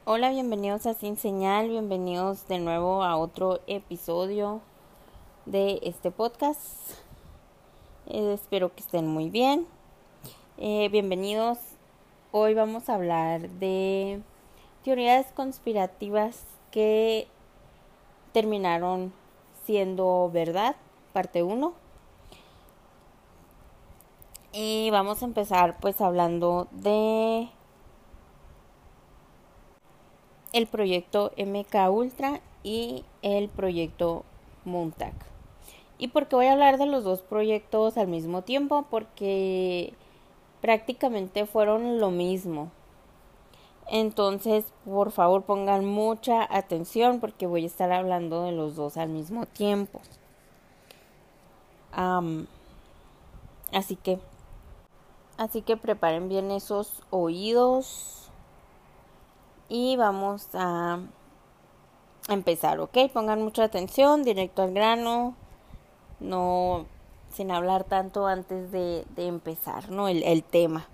Hola, bienvenidos a Sin Señal, bienvenidos de nuevo a otro episodio de este podcast. Espero que estén muy bien. Bienvenidos. Hoy vamos a hablar de teorías conspirativas que terminaron siendo verdad, parte 1. Y vamos a empezar pues hablando de el proyecto MK Ultra y el proyecto Montag. ¿Y por qué voy a hablar de los dos proyectos al mismo tiempo? Porque prácticamente fueron lo mismo. Entonces, por favor, pongan mucha atención porque voy a estar hablando de los dos al mismo tiempo. Um, así que, así que preparen bien esos oídos y vamos a empezar, ¿ok? Pongan mucha atención, directo al grano, no sin hablar tanto antes de empezar, ¿no? El tema.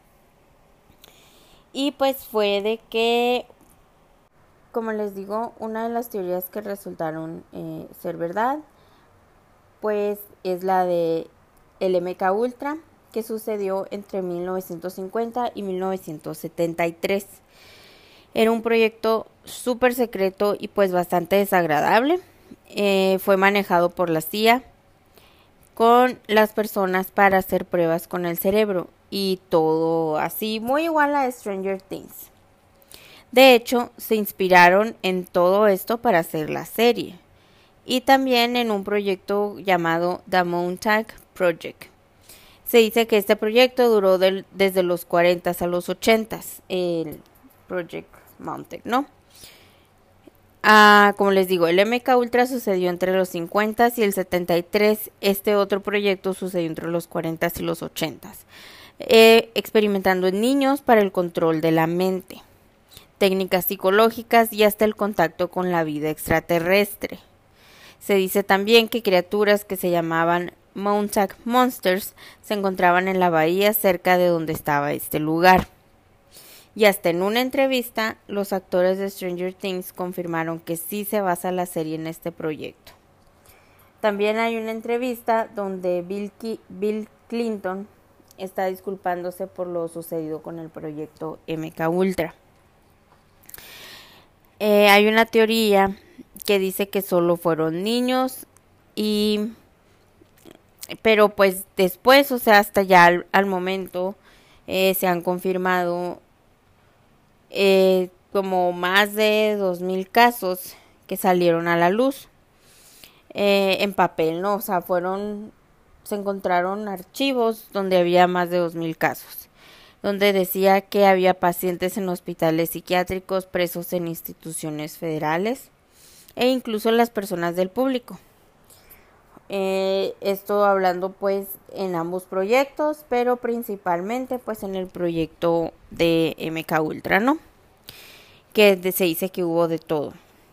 Y pues fue de que, como les digo, una de las teorías que resultaron ser verdad, pues es la de el MK Ultra, que sucedió entre 1950 y 1973. Era un proyecto súper secreto y pues bastante desagradable. Fue manejado por la CIA con las personas para hacer pruebas con el cerebro y todo así, muy igual a Stranger Things. De hecho, se inspiraron en todo esto para hacer la serie y también en un proyecto llamado The Montag Project. Se dice que este proyecto duró desde los 40 a los 80, el Project Montag, ¿no? Como les digo, el MK Ultra sucedió entre los 50 y el 73. Este otro proyecto sucedió entre los 40 y los 80, experimentando en niños para el control de la mente, técnicas psicológicas y hasta el contacto con la vida extraterrestre. Se dice también que criaturas que se llamaban Montag Monsters se encontraban en la bahía cerca de donde estaba este lugar. Y hasta en una entrevista, los actores de Stranger Things confirmaron que sí se basa la serie en este proyecto. También hay una entrevista donde Bill Clinton está disculpándose por lo sucedido con el proyecto MK Ultra. Hay una teoría que dice que solo fueron niños pero pues después, o sea, hasta ya al momento se han confirmado como más de 2000 casos que salieron a la luz en papel, ¿no? O sea, se encontraron archivos donde había más de 2000 casos, donde decía que había pacientes en hospitales psiquiátricos, presos en instituciones federales e incluso las personas del público. Esto hablando pues en ambos proyectos, pero principalmente pues en el proyecto de MK Ultra, ¿no? Que se dice que hubo de todo.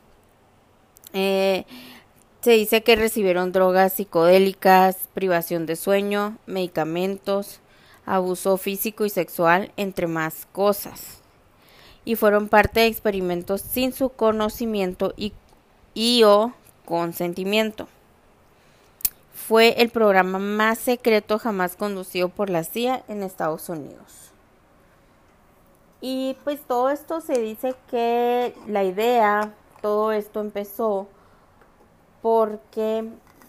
Se dice que recibieron drogas psicodélicas, privación de sueño, medicamentos, abuso físico y sexual, entre más cosas. Y fueron parte de experimentos sin su conocimiento y o consentimiento. Fue el programa más secreto jamás conducido por la CIA en Estados Unidos. Y pues todo esto se dice que la idea, todo esto empezó porque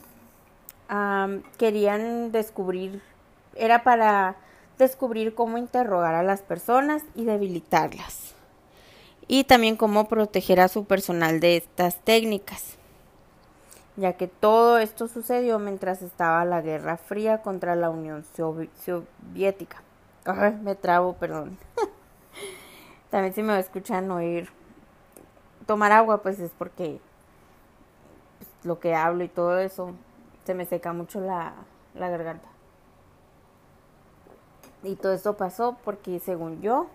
querían descubrir, era para descubrir cómo interrogar a las personas y debilitarlas. Y también cómo proteger a su personal de estas técnicas, ya que todo esto sucedió mientras estaba la Guerra Fría contra la Unión Soviética. Ay, me trabo, perdón. También si me escuchan oír tomar agua, pues es porque pues, lo que hablo y todo eso se me seca mucho la garganta. Y todo esto pasó porque según yo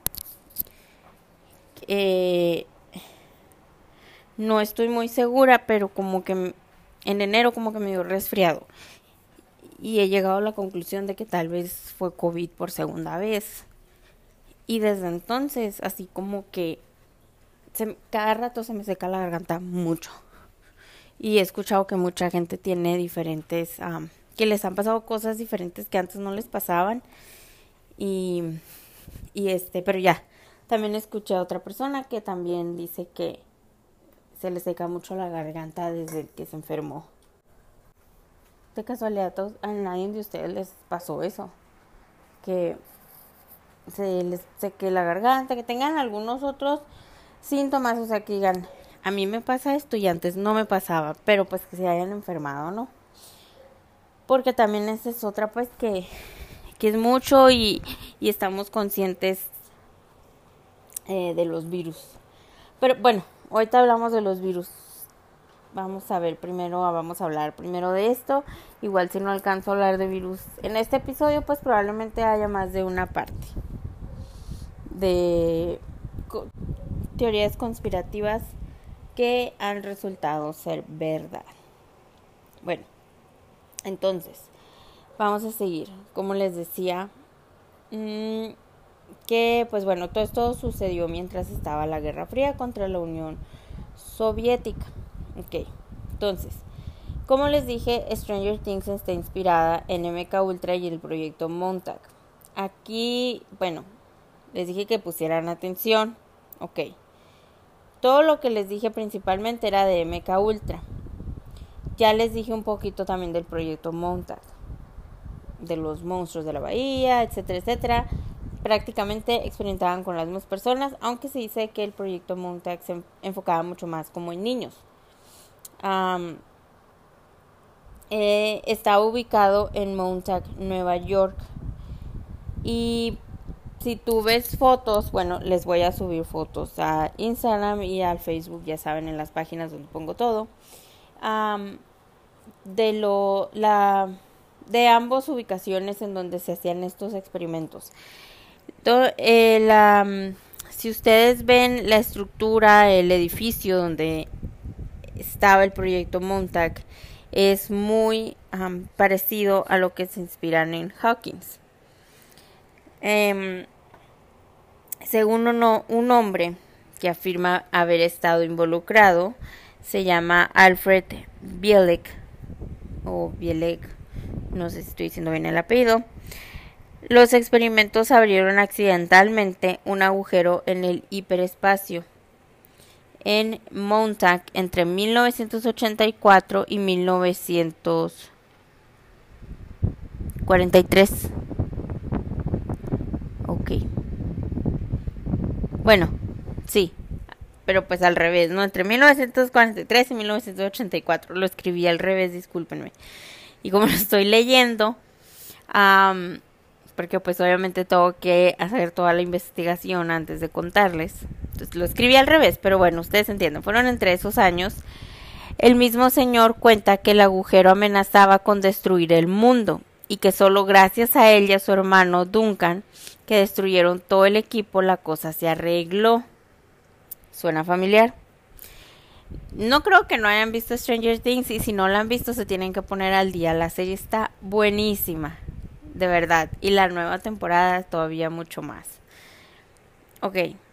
no estoy muy segura, pero como que en enero como que me dio resfriado. Y he llegado a la conclusión de que tal vez fue COVID por segunda vez. Y desde entonces, así como que Cada rato se me seca la garganta mucho. Y he escuchado que mucha gente tiene diferentes, que les han pasado cosas diferentes que antes no les pasaban. Y pero ya, también escuché a otra persona que también dice que se le seca mucho la garganta desde que se enfermó. De casualidad, a nadie de ustedes les pasó eso, que se les seque la garganta, que tengan algunos otros síntomas, o sea, que digan, a mí me pasa esto y antes no me pasaba, pero pues que se hayan enfermado, ¿no? Porque también esa es otra, pues que es mucho y estamos conscientes de los virus. Pero bueno, ahorita hablamos de los virus. Vamos a hablar primero de esto. Igual si no alcanzo a hablar de virus en este episodio, pues probablemente haya más de una parte de teorías conspirativas que han resultado ser verdad. Bueno, entonces, vamos a seguir. Como les decía, que pues bueno, todo esto sucedió mientras estaba la Guerra Fría contra la Unión Soviética. Ok, entonces, como les dije, Stranger Things está inspirada en MK Ultra y el proyecto Montauk. Aquí, bueno, les dije que pusieran atención. Ok, todo lo que les dije principalmente era de MK Ultra. Ya les dije un poquito también del proyecto Montauk, de los monstruos de la bahía, etcétera, etcétera. Prácticamente experimentaban con las mismas personas, aunque se dice que el proyecto Montauk se enfocaba mucho más como en niños. Está ubicado en Montauk, Nueva York. Y si tú ves fotos, bueno, les voy a subir fotos a Instagram y al Facebook, ya saben, en las páginas donde pongo todo. De ambas ubicaciones en donde se hacían estos experimentos. Si ustedes ven la estructura, el edificio donde estaba el proyecto Montauk, es muy parecido a lo que se inspiran en Hawkins. Según un hombre que afirma haber estado involucrado, se llama Alfred Bielek, no sé si estoy diciendo bien el apellido. Los experimentos abrieron accidentalmente un agujero en el hiperespacio en Montauk entre 1984 y 1943. Ok. Bueno, sí, pero pues al revés, ¿no? Entre 1943 y 1984. Lo escribí al revés, discúlpenme. Y como lo estoy leyendo, porque pues obviamente tengo que hacer toda la investigación antes de contarles. Entonces lo escribí al revés, pero bueno, ustedes entienden, fueron entre esos años. El mismo señor cuenta que el agujero amenazaba con destruir el mundo y que solo gracias a él y a su hermano Duncan, que destruyeron todo el equipo, la cosa se arregló. ¿Suena familiar? No creo que no hayan visto Stranger Things y si no la han visto se tienen que poner al día. La serie está buenísima. De verdad. Y la nueva temporada todavía mucho más. Ok.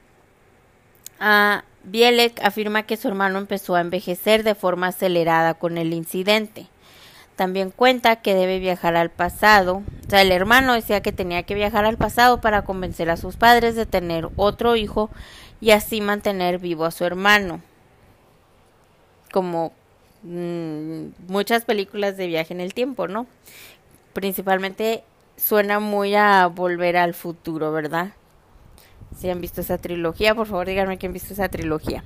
Bielek afirma que su hermano empezó a envejecer de forma acelerada con el incidente. También cuenta que debe viajar al pasado. O sea, el hermano decía que tenía que viajar al pasado para convencer a sus padres de tener otro hijo y así mantener vivo a su hermano. Como muchas películas de viaje en el tiempo, ¿no? Principalmente suena muy a Volver al Futuro, ¿verdad? Si han visto esa trilogía, por favor díganme que han visto esa trilogía.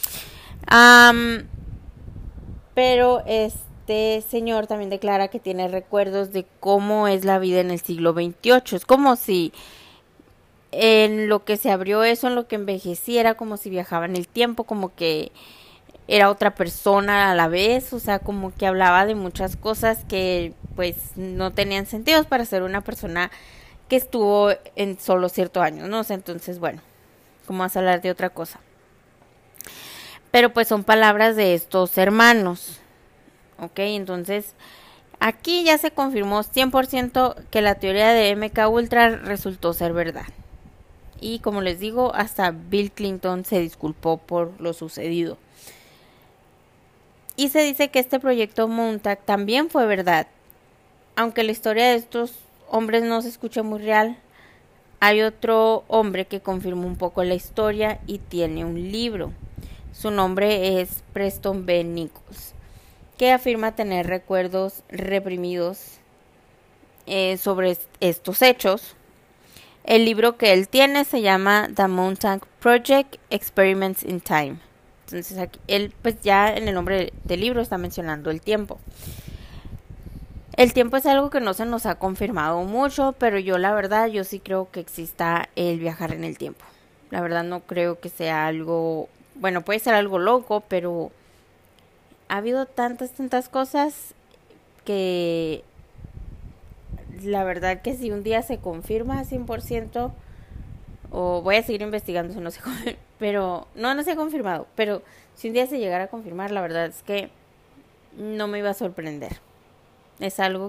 Pero este señor también declara que tiene recuerdos de cómo es la vida en el siglo XXVIII. Es como si en lo que se abrió eso, en lo que envejeciera, como si viajaba en el tiempo, como que era otra persona a la vez, o sea, como que hablaba de muchas cosas que pues no tenían sentido para ser una persona que estuvo en solo ciertos años, ¿no? O sea, entonces, bueno, ¿cómo vas a hablar de otra cosa? Pero pues son palabras de estos hermanos, ¿ok? Entonces, aquí ya se confirmó 100% que la teoría de MK Ultra resultó ser verdad. y como les digo, hasta Bill Clinton se disculpó por lo sucedido. Y se dice que este proyecto Montauk también fue verdad. Aunque la historia de estos hombres no se escucha muy real, hay otro hombre que confirma un poco la historia y tiene un libro. Su nombre es Preston B. Nichols, que afirma tener recuerdos reprimidos sobre estos hechos. El libro que él tiene se llama The Montauk Project Experiments in Time. Entonces aquí, él pues ya en el nombre del libro está mencionando el tiempo. El tiempo es algo que no se nos ha confirmado mucho, pero yo la verdad, yo sí creo que exista el viajar en el tiempo. La verdad no creo que sea algo, bueno, puede ser algo loco, pero ha habido tantas cosas que la verdad que si un día se confirma 100%, o voy a seguir investigando si no se confirma, pero no se ha confirmado, pero si un día se llegara a confirmar, la verdad es que no me iba a sorprender. Es algo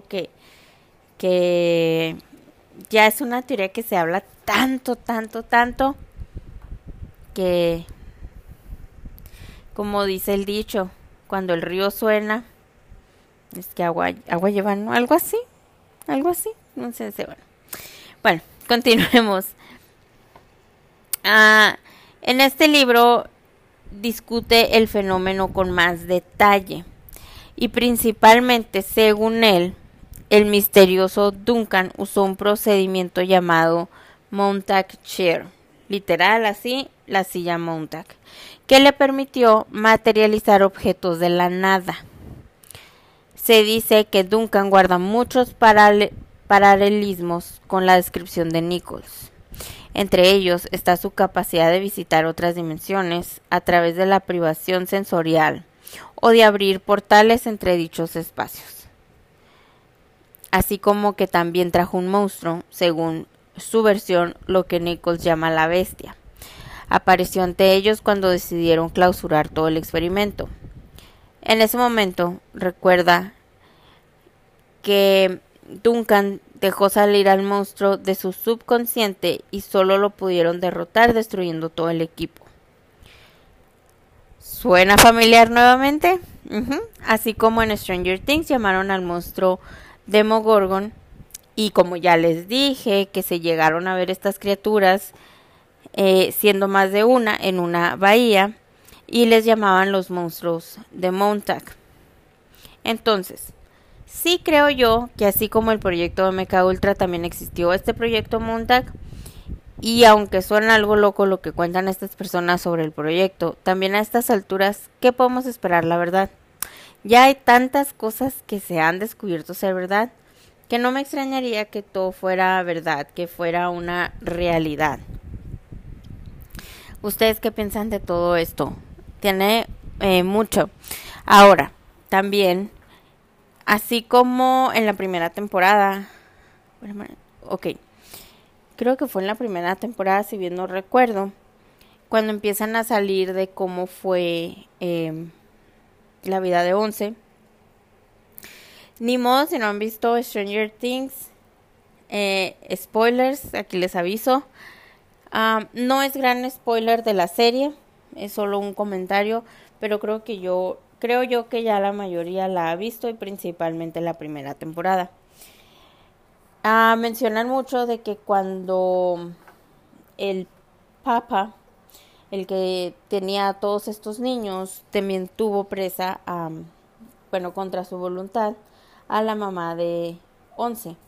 que ya es una teoría que se habla tanto, que, como dice el dicho, cuando el río suena, es que agua lleva, ¿no? Algo así, no sé, bueno, continuemos. En este libro discute el fenómeno con más detalle y principalmente, según él, el misterioso Duncan usó un procedimiento llamado Montauk Chair, literal así, la silla Montauk, que le permitió materializar objetos de la nada. Se dice que Duncan guarda muchos paralelismos con la descripción de Nichols. Entre ellos está su capacidad de visitar otras dimensiones a través de la privación sensorial o de abrir portales entre dichos espacios. Así como que también trajo un monstruo, según su versión, lo que Nichols llama la bestia. Apareció ante ellos cuando decidieron clausurar todo el experimento. En ese momento, recuerda que Duncan dejó salir al monstruo de su subconsciente y solo lo pudieron derrotar destruyendo todo el equipo. ¿Suena familiar nuevamente? Así como en Stranger Things llamaron al monstruo Demogorgon, y como ya les dije que se llegaron a ver estas criaturas siendo más de una en una bahía y les llamaban los monstruos de Montauk. Entonces, sí creo yo que así como el proyecto MKUltra también existió este proyecto Montauk, y aunque suena algo loco lo que cuentan estas personas sobre el proyecto, también a estas alturas, ¿qué podemos esperar, la verdad? Ya hay tantas cosas que se han descubierto ser verdad, que no me extrañaría que todo fuera verdad, que fuera una realidad. ¿Ustedes qué piensan de todo esto? Tiene mucho. Ahora, también, así como en la primera temporada, creo que fue en la primera temporada, si bien no recuerdo, cuando empiezan a salir de cómo fue la vida de Once. Ni modo, si no han visto Stranger Things, spoilers, aquí les aviso. No es gran spoiler de la serie, es solo un comentario, pero creo yo que ya la mayoría la ha visto, y principalmente la primera temporada. Mencionan mucho de que cuando el Papa, el que tenía a todos estos niños, también tuvo presa, contra su voluntad, a la mamá de Once,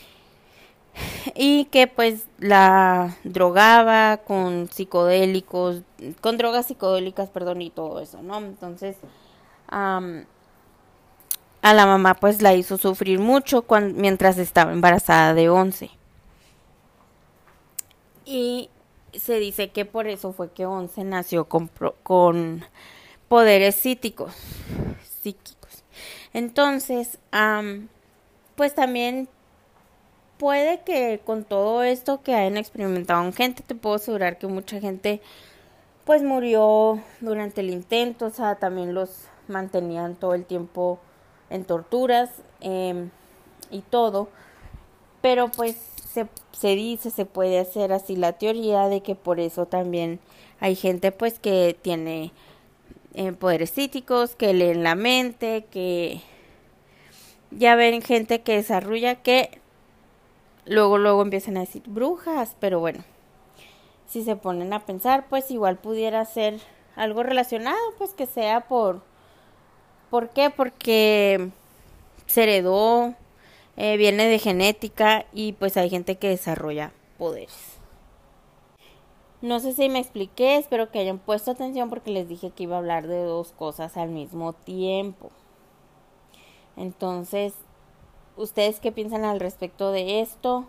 y que pues la drogaba con drogas psicodélicas, y todo eso, ¿no? Entonces a la mamá pues la hizo sufrir mucho mientras estaba embarazada de Once, y se dice que por eso fue que Once nació con poderes psíquicos. Entonces, pues también puede que con todo esto que hayan experimentado en gente, te puedo asegurar que mucha gente pues murió durante el intento, o sea, también los mantenían todo el tiempo en torturas y todo, pero pues se puede hacer así la teoría de que por eso también hay gente pues que tiene poderes psíquicos, que leen la mente, que ya ven gente que desarrolla que luego empiezan a decir brujas, pero bueno, si se ponen a pensar pues igual pudiera ser algo relacionado, pues que sea ¿por qué? Porque se heredó, viene de genética y pues hay gente que desarrolla poderes. No sé si me expliqué, espero que hayan puesto atención porque les dije que iba a hablar de dos cosas al mismo tiempo. Entonces, ¿ustedes qué piensan al respecto de esto?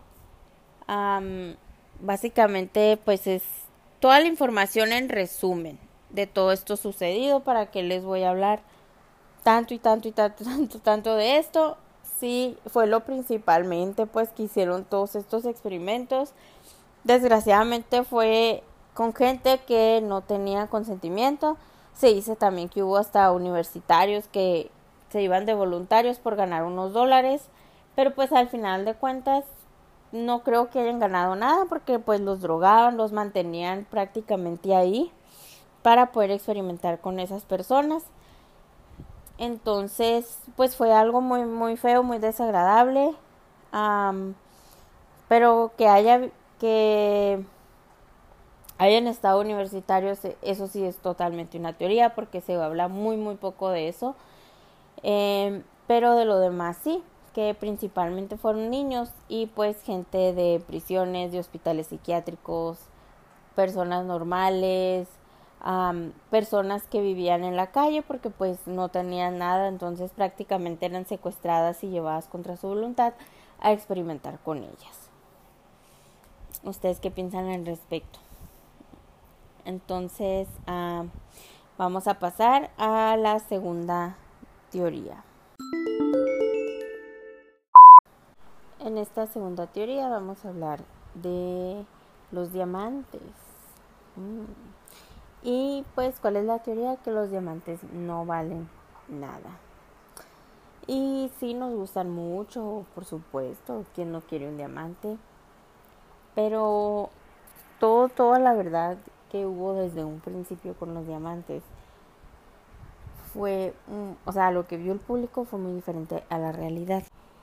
Básicamente, pues es toda la información en resumen de todo esto sucedido. ¿Para qué les voy a hablar tanto de esto? Sí, fue lo principalmente pues que hicieron todos estos experimentos. Desgraciadamente fue con gente que no tenía consentimiento. Se dice también que hubo hasta universitarios que se iban de voluntarios por ganar unos dólares, pero pues al final de cuentas no creo que hayan ganado nada porque pues los drogaban, los mantenían prácticamente ahí para poder experimentar con esas personas. Entonces pues fue algo muy feo, muy desagradable, pero que hayan estado universitarios, eso sí es totalmente una teoría porque se habla muy poco de eso, pero de lo demás sí, que principalmente fueron niños y pues gente de prisiones, de hospitales psiquiátricos, personas normales, personas que vivían en la calle porque pues no tenían nada, entonces prácticamente eran secuestradas y llevadas contra su voluntad a experimentar con ellas. ¿Ustedes qué piensan al respecto? Entonces, vamos a pasar a la segunda teoría. En esta segunda teoría vamos a hablar de los diamantes. Y pues, ¿cuál es la teoría? Que los diamantes no valen nada. Y sí nos gustan mucho, por supuesto, ¿quién no quiere un diamante? Pero toda la verdad que hubo desde un principio con los diamantes fue, o sea, lo que vio el público fue muy diferente a la realidad.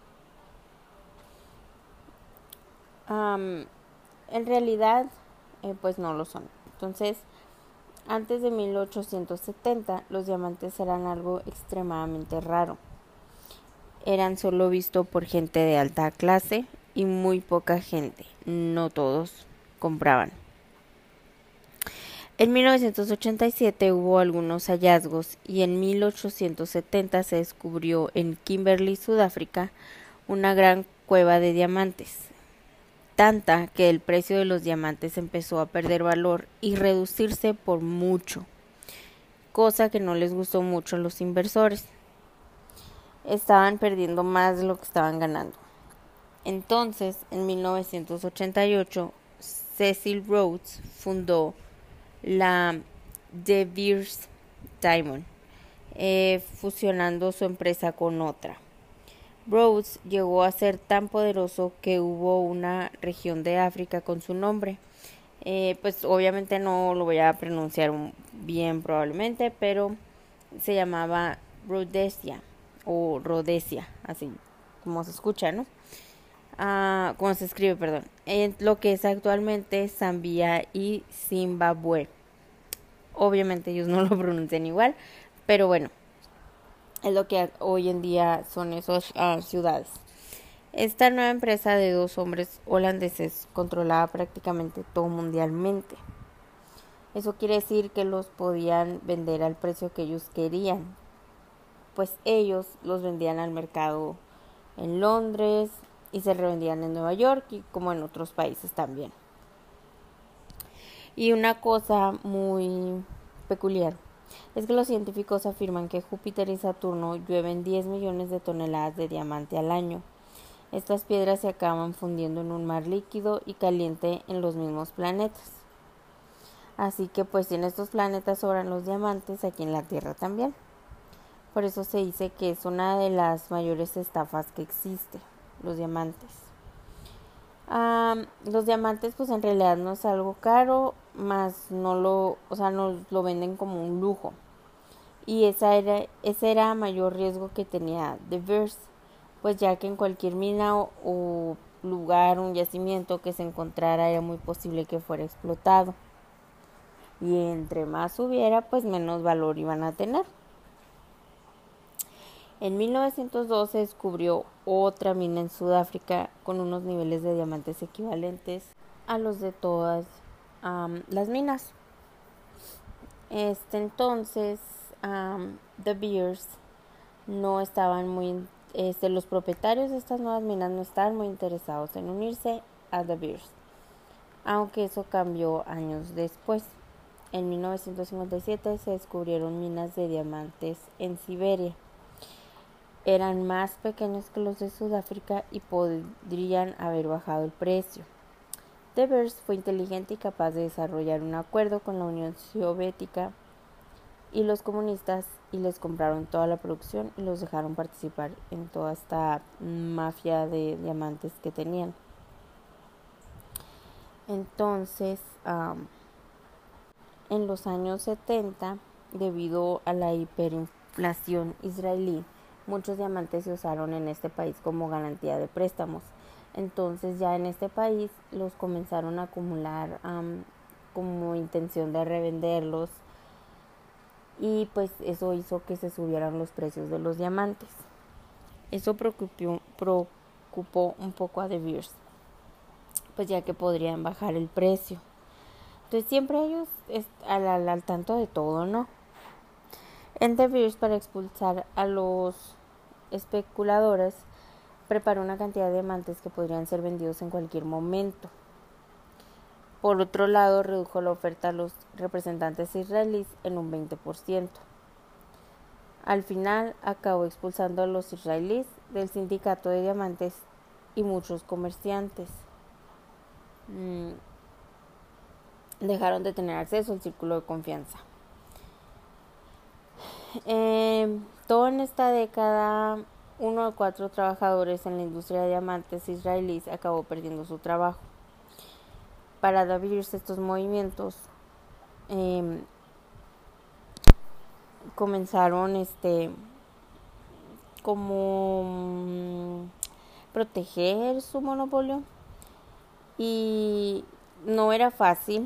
En realidad, pues no lo son. Entonces, antes de 1870, los diamantes eran algo extremadamente raro. Eran solo vistos por gente de alta clase y muy poca gente, no todos compraban. En 1987 hubo algunos hallazgos y en 1870 se descubrió en Kimberley, Sudáfrica, una gran cueva de diamantes, tanta que el precio de los diamantes empezó a perder valor y reducirse por mucho, cosa que no les gustó mucho a los inversores. Estaban perdiendo más de lo que estaban ganando. Entonces, en 1988, Cecil Rhodes fundó la De Beers Diamond, fusionando su empresa con otra. Rhodes llegó a ser tan poderoso que hubo una región de África con su nombre. Pues obviamente no lo voy a pronunciar bien probablemente, pero se llamaba Rhodesia o Rhodesia, así como se escucha, ¿no? Como se escribe, perdón. En lo que es actualmente Zambia y Zimbabue. Obviamente ellos no lo pronuncian igual, pero bueno, es lo que hoy en día son esas ciudades. Esta nueva empresa de dos hombres holandeses controlaba prácticamente todo mundialmente. Eso quiere decir que los podían vender al precio que ellos querían, pues ellos los vendían al mercado en Londres y se revendían en Nueva York y como en otros países también. Y una cosa muy peculiar es que los científicos afirman que Júpiter y Saturno llueven 10 millones de toneladas de diamante al año. Estas piedras se acaban fundiendo en un mar líquido y caliente en los mismos planetas. Así que pues si en estos planetas sobran los diamantes, aquí en la Tierra también. Por eso se dice que es una de las mayores estafas que existe, los diamantes. Los diamantes pues en realidad no es algo caro, más nos lo venden como un lujo. Y ese era mayor riesgo que tenía De Beers, pues ya que en cualquier mina o lugar, un yacimiento que se encontrara era muy posible que fuera explotado. Y entre más hubiera, pues menos valor iban a tener. En 1902 se descubrió otra mina en Sudáfrica con unos niveles de diamantes equivalentes a los de todas las minas. Entonces, De Beers no estaban muy, los propietarios de estas nuevas minas no estaban muy interesados en unirse a De Beers, aunque eso cambió años después. En 1957 se descubrieron minas de diamantes en Siberia. Eran más pequeños que los de Sudáfrica y podrían haber bajado el precio. De Beers fue inteligente y capaz de desarrollar un acuerdo con la Unión Soviética y los comunistas y les compraron toda la producción y los dejaron participar en toda esta mafia de diamantes que tenían. Entonces, en los años 70, debido a la hiperinflación israelí, muchos diamantes se usaron en este país como garantía de préstamos. Entonces ya en este país los comenzaron a acumular como intención de revenderlos, y pues eso hizo que se subieran los precios de los diamantes. Eso preocupó un poco a De Beers, pues ya que podrían bajar el precio. Entonces siempre ellos al tanto de todo, ¿no? En De Beers, para expulsar a los especuladores, preparó una cantidad de diamantes que podrían ser vendidos en cualquier momento. Por otro lado, redujo la oferta a los representantes israelíes en un 20%. Al final, acabó expulsando a los israelíes del sindicato de diamantes y muchos comerciantes dejaron de tener acceso al círculo de confianza. Todo en esta década, 1 de 4 trabajadores en la industria de diamantes israelíes acabó perdiendo su trabajo. Para De Beers, estos movimientos comenzaron como proteger su monopolio, y no era fácil,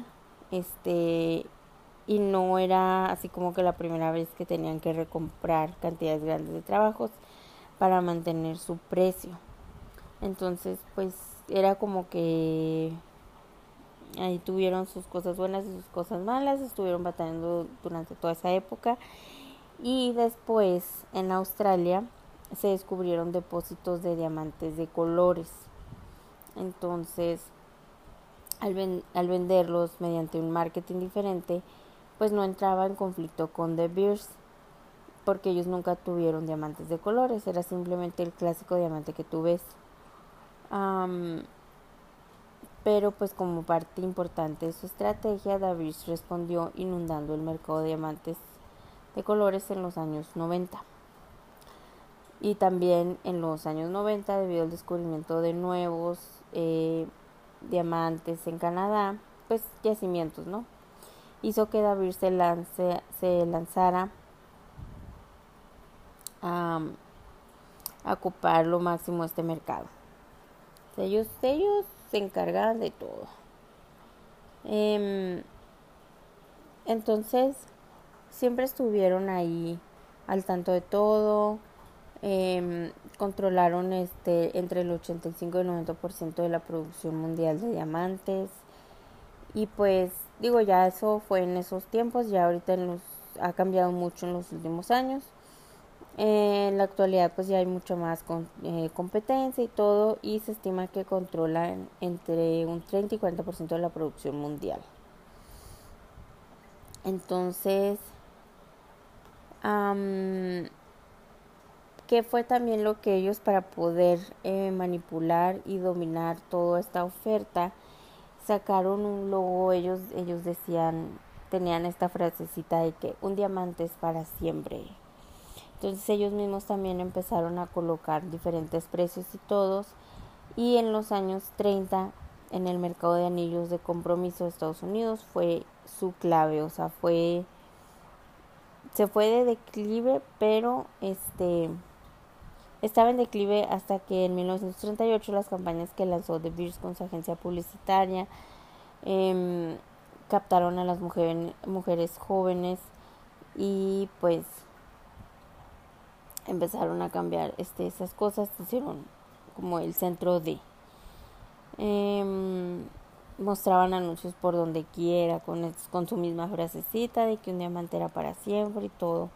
y no era así como que la primera vez que tenían que recomprar cantidades grandes de trabajos para mantener su precio. Entonces pues era como que ahí tuvieron sus cosas buenas y sus cosas malas, estuvieron batallando durante toda esa época. Y después en Australia se descubrieron depósitos de diamantes de colores. Entonces al venderlos mediante un marketing diferente, pues no entraba en conflicto con De Beers, porque ellos nunca tuvieron diamantes de colores, era simplemente el clásico diamante que tú ves. Pero pues como parte importante de su estrategia, De Beers respondió inundando el mercado de diamantes de colores en los años 90. Y también en los años 90, debido al descubrimiento de nuevos diamantes en Canadá, pues yacimientos, ¿no? Hizo que De Beers se lanzara a ocupar lo máximo este mercado. Ellos se encargaban de todo. Entonces siempre estuvieron ahí al tanto de todo. Controlaron entre el 85 y el 90% de la producción mundial de diamantes. Y pues digo, ya eso fue en esos tiempos, ya ahorita ha cambiado mucho en los últimos años. En la actualidad pues ya hay mucho más competencia y todo, y se estima que controlan entre un 30 y 40% de la producción mundial. Entonces, ¿qué fue también lo que ellos, para poder manipular y dominar toda esta oferta, sacaron un logo? Ellos decían, tenían esta frasecita de que un diamante es para siempre. Entonces ellos mismos también empezaron a colocar diferentes precios y todos, y en los años 30 en el mercado de anillos de compromiso de Estados Unidos fue su clave, o sea, se fue de declive, pero estaba en declive hasta que en 1938 las campañas que lanzó De Beers con su agencia publicitaria captaron a las mujeres jóvenes y pues empezaron a cambiar esas cosas, hicieron como el centro de mostraban anuncios por donde quiera con su misma frasecita de que un diamante era para siempre y todo,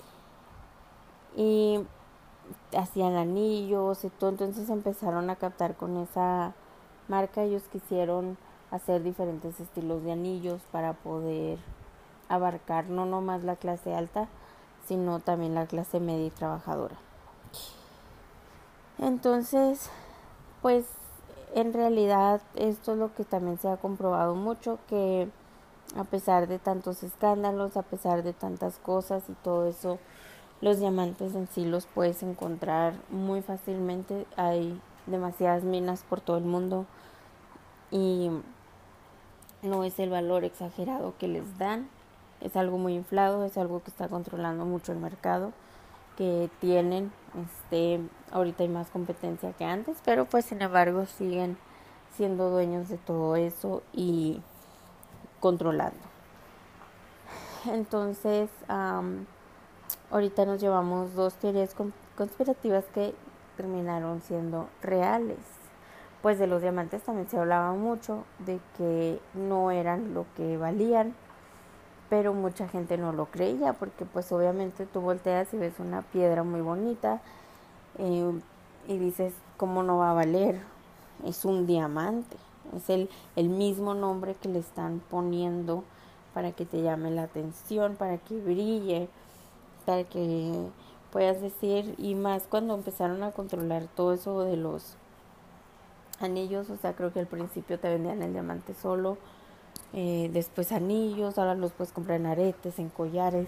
y hacían anillos y todo. Entonces empezaron a captar con esa marca. Ellos quisieron hacer diferentes estilos de anillos para poder abarcar no nomás la clase alta, sino también la clase media y trabajadora. Entonces, pues en realidad esto es lo que también se ha comprobado mucho, que a pesar de tantos escándalos, a pesar de tantas cosas y todo eso, los diamantes en sí los puedes encontrar muy fácilmente. Hay demasiadas minas por todo el mundo y no es el valor exagerado que les dan, es algo muy inflado, es algo que está controlando mucho el mercado que tienen. Ahorita hay más competencia que antes, pero pues sin embargo siguen siendo dueños de todo eso y controlando. Entonces, ahorita nos llevamos 2 teorías conspirativas que terminaron siendo reales. Pues de los diamantes también se hablaba mucho de que no eran lo que valían, pero mucha gente no lo creía, porque pues obviamente tú volteas y ves una piedra muy bonita y dices, ¿cómo no va a valer? Es un diamante, es el mismo nombre que le están poniendo para que te llame la atención, para que brille, para que puedas decir. Y más cuando empezaron a controlar todo eso de los anillos, o sea, creo que al principio te vendían el diamante solo, después anillos, ahora los puedes comprar en aretes, en collares.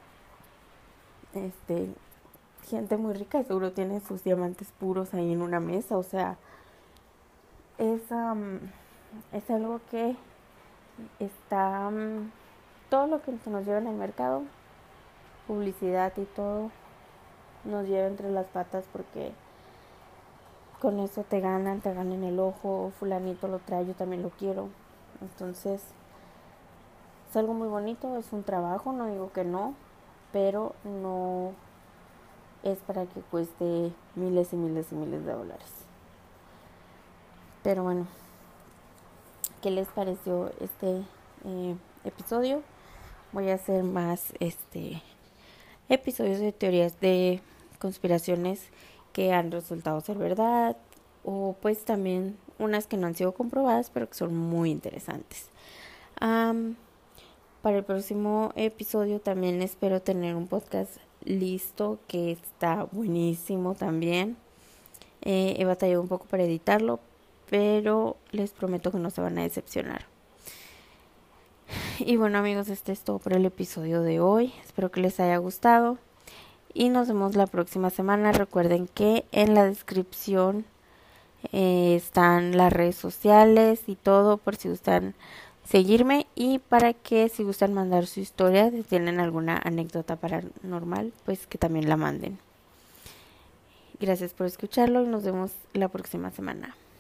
Gente muy rica seguro tiene sus diamantes puros ahí en una mesa, o sea, es algo que está, todo lo que se nos lleva en el mercado, publicidad y todo, nos lleva entre las patas, porque con eso te ganan el ojo, fulanito lo trae, yo también lo quiero. Entonces es algo muy bonito, es un trabajo, no digo que no, pero no es para que cueste miles y miles y miles de dólares. Pero bueno, ¿qué les pareció este episodio? Voy a hacer más episodios de teorías de conspiraciones que han resultado ser verdad, o pues también unas que no han sido comprobadas pero que son muy interesantes. Para el próximo episodio también espero tener un podcast listo que está buenísimo también. He batallado un poco para editarlo, pero les prometo que no se van a decepcionar. Y bueno, amigos, este es todo por el episodio de hoy. Espero que les haya gustado y nos vemos la próxima semana. Recuerden que en la descripción están las redes sociales y todo, por si gustan seguirme, y para que si gustan mandar su historia, si tienen alguna anécdota paranormal, pues que también la manden. Gracias por escucharlo y nos vemos la próxima semana.